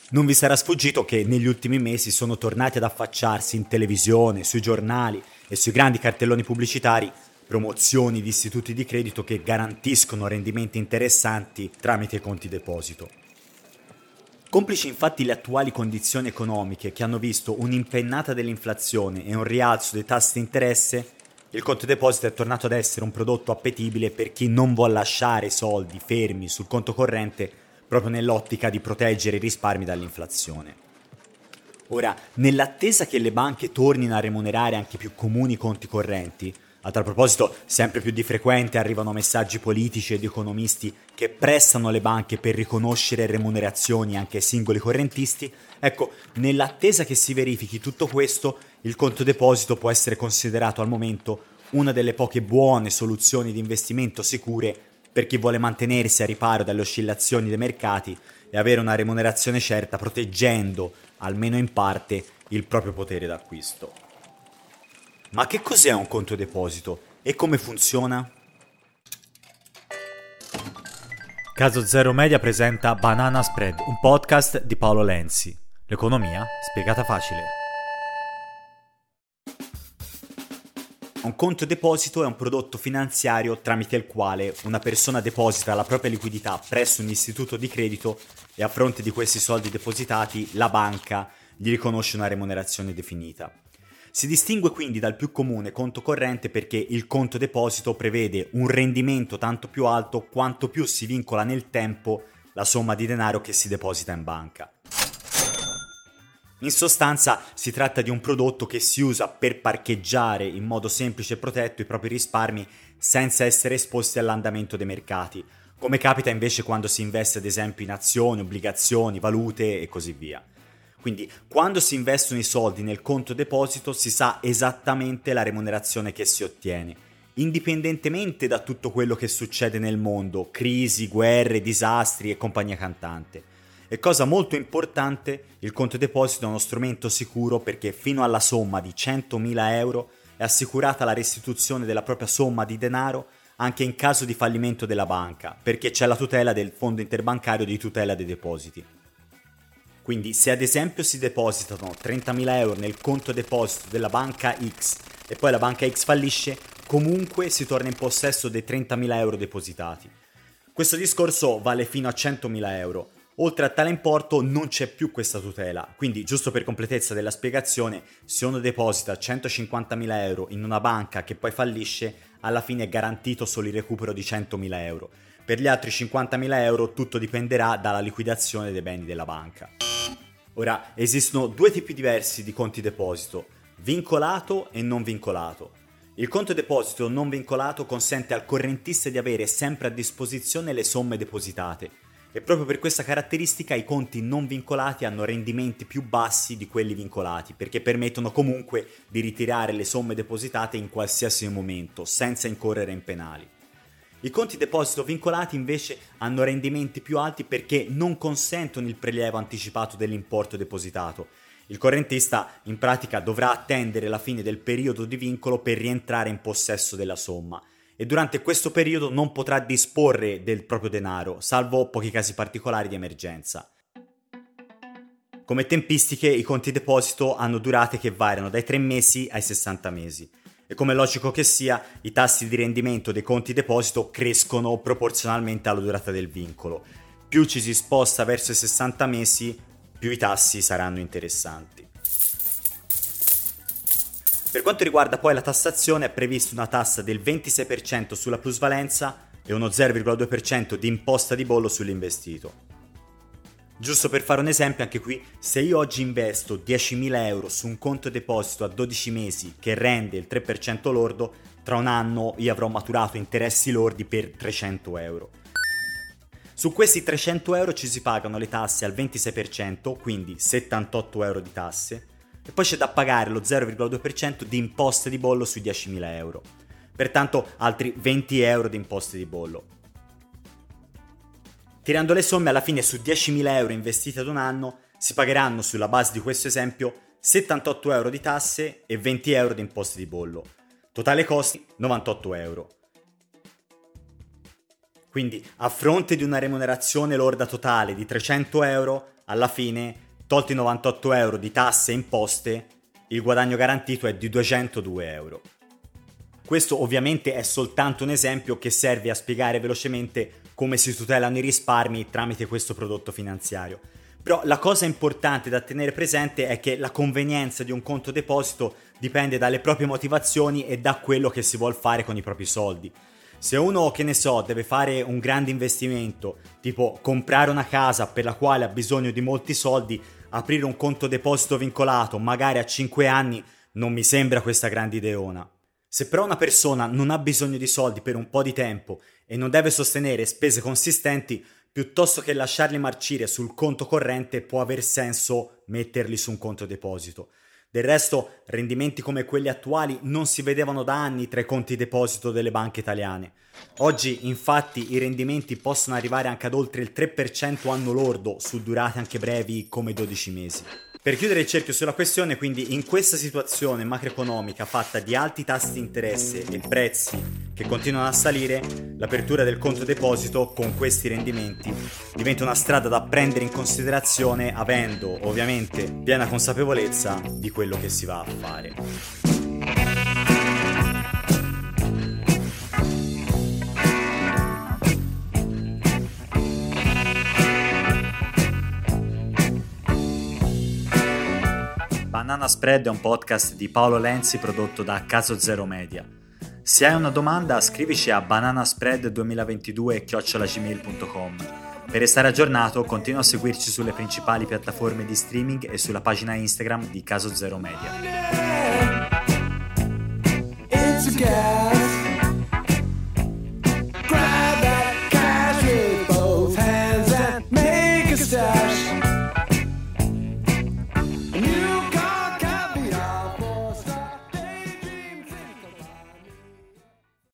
Non vi sarà sfuggito che negli ultimi mesi sono tornati ad affacciarsi in televisione, sui giornali e sui grandi cartelloni pubblicitari promozioni di istituti di credito che garantiscono rendimenti interessanti tramite conti deposito. Complici infatti le attuali condizioni economiche che hanno visto un'impennata dell'inflazione e un rialzo dei tassi di interesse, il conto deposito è tornato ad essere un prodotto appetibile per chi non vuole lasciare i soldi fermi sul conto corrente proprio nell'ottica di proteggere i risparmi dall'inflazione. Ora, nell'attesa che le banche tornino a remunerare anche più comuni conti correnti, a tal proposito sempre più di frequente arrivano messaggi politici e di economisti che pressano le banche per riconoscere remunerazioni anche ai singoli correntisti, ecco, nell'attesa che si verifichi tutto questo, il conto deposito può essere considerato al momento una delle poche buone soluzioni di investimento sicure per chi vuole mantenersi a riparo dalle oscillazioni dei mercati e avere una remunerazione certa proteggendo, almeno in parte, il proprio potere d'acquisto. Ma che cos'è un conto deposito e come funziona? Caso Zero Media presenta Banana Spread, un podcast di Paolo Lenzi. L'economia spiegata facile. Un conto deposito è un prodotto finanziario tramite il quale una persona deposita la propria liquidità presso un istituto di credito e a fronte di questi soldi depositati la banca gli riconosce una remunerazione definita. Si distingue quindi dal più comune conto corrente perché il conto deposito prevede un rendimento tanto più alto quanto più si vincola nel tempo la somma di denaro che si deposita in banca. In sostanza si tratta di un prodotto che si usa per parcheggiare in modo semplice e protetto i propri risparmi senza essere esposti all'andamento dei mercati, come capita invece quando si investe ad esempio in azioni, obbligazioni, valute e così via. Quindi quando si investono i soldi nel conto deposito si sa esattamente la remunerazione che si ottiene, indipendentemente da tutto quello che succede nel mondo, crisi, guerre, disastri e compagnia cantante. E cosa molto importante, il conto deposito è uno strumento sicuro perché fino alla somma di 100.000 euro è assicurata la restituzione della propria somma di denaro anche in caso di fallimento della banca, perché c'è la tutela del fondo interbancario di tutela dei depositi. Quindi se ad esempio si depositano 30.000 euro nel conto deposito della banca X e poi la banca X fallisce, comunque si torna in possesso dei 30.000 euro depositati. Questo discorso vale fino a 100.000 euro. Oltre a tale importo non c'è più questa tutela, quindi giusto per completezza della spiegazione, se uno deposita 150.000 euro in una banca che poi fallisce, alla fine è garantito solo il recupero di 100.000 euro. Per gli altri 50.000 euro tutto dipenderà dalla liquidazione dei beni della banca. Ora, esistono due tipi diversi di conti deposito, vincolato e non vincolato. Il conto deposito non vincolato consente al correntista di avere sempre a disposizione le somme depositate e proprio per questa caratteristica i conti non vincolati hanno rendimenti più bassi di quelli vincolati perché permettono comunque di ritirare le somme depositate in qualsiasi momento senza incorrere in penali. I conti deposito vincolati invece hanno rendimenti più alti perché non consentono il prelievo anticipato dell'importo depositato. Il correntista in pratica dovrà attendere la fine del periodo di vincolo per rientrare in possesso della somma e durante questo periodo non potrà disporre del proprio denaro, salvo pochi casi particolari di emergenza. Come tempistiche i conti deposito hanno durate che variano dai 3 mesi ai 60 mesi. E come è logico che sia, i tassi di rendimento dei conti deposito crescono proporzionalmente alla durata del vincolo. Più ci si sposta verso i 60 mesi, più i tassi saranno interessanti. Per quanto riguarda poi la tassazione, è prevista una tassa del 26% sulla plusvalenza e uno 0,2% di imposta di bollo sull'investito. Giusto per fare un esempio, anche qui, se io oggi investo 10.000 euro su un conto deposito a 12 mesi che rende il 3% lordo, tra un anno io avrò maturato interessi lordi per 300 euro. Su questi 300 euro ci si pagano le tasse al 26%, quindi 78 euro di tasse, e poi c'è da pagare lo 0,2% di imposte di bollo sui 10.000 euro. Pertanto altri 20 euro di imposte di bollo. Tirando le somme, alla fine su 10.000 euro investiti ad un anno si pagheranno sulla base di questo esempio 78 euro di tasse e 20 euro di imposte di bollo. Totale costi 98 euro. Quindi a fronte di una remunerazione lorda totale di 300 euro, alla fine, tolti 98 euro di tasse e imposte, il guadagno garantito è di 202 euro. Questo ovviamente è soltanto un esempio che serve a spiegare velocemente come si tutelano i risparmi tramite questo prodotto finanziario. Però la cosa importante da tenere presente è che la convenienza di un conto deposito dipende dalle proprie motivazioni e da quello che si vuol fare con i propri soldi. Se uno, che ne so, deve fare un grande investimento, tipo comprare una casa per la quale ha bisogno di molti soldi, aprire un conto deposito vincolato, magari a 5 anni, non mi sembra questa grande ideona. Se però una persona non ha bisogno di soldi per un po' di tempo e non deve sostenere spese consistenti, piuttosto che lasciarli marcire sul conto corrente può aver senso metterli su un conto deposito. Del resto, rendimenti come quelli attuali non si vedevano da anni tra i conti deposito delle banche italiane. Oggi, infatti, i rendimenti possono arrivare anche ad oltre il 3% anno lordo su durate anche brevi come 12 mesi. Per chiudere il cerchio sulla questione, quindi, in questa situazione macroeconomica fatta di alti tassi di interesse e prezzi che continuano a salire, l'apertura del conto deposito con questi rendimenti diventa una strada da prendere in considerazione, avendo ovviamente piena consapevolezza di quello che si va a fare. Banana Spread è un podcast di Paolo Lenzi prodotto da Caso Zero Media. Se hai una domanda, scrivici a bananaspread2022@gmail.com. Per restare aggiornato, continua a seguirci sulle principali piattaforme di streaming e sulla pagina Instagram di Caso Zero Media. Grab that cash with both hands and make a start.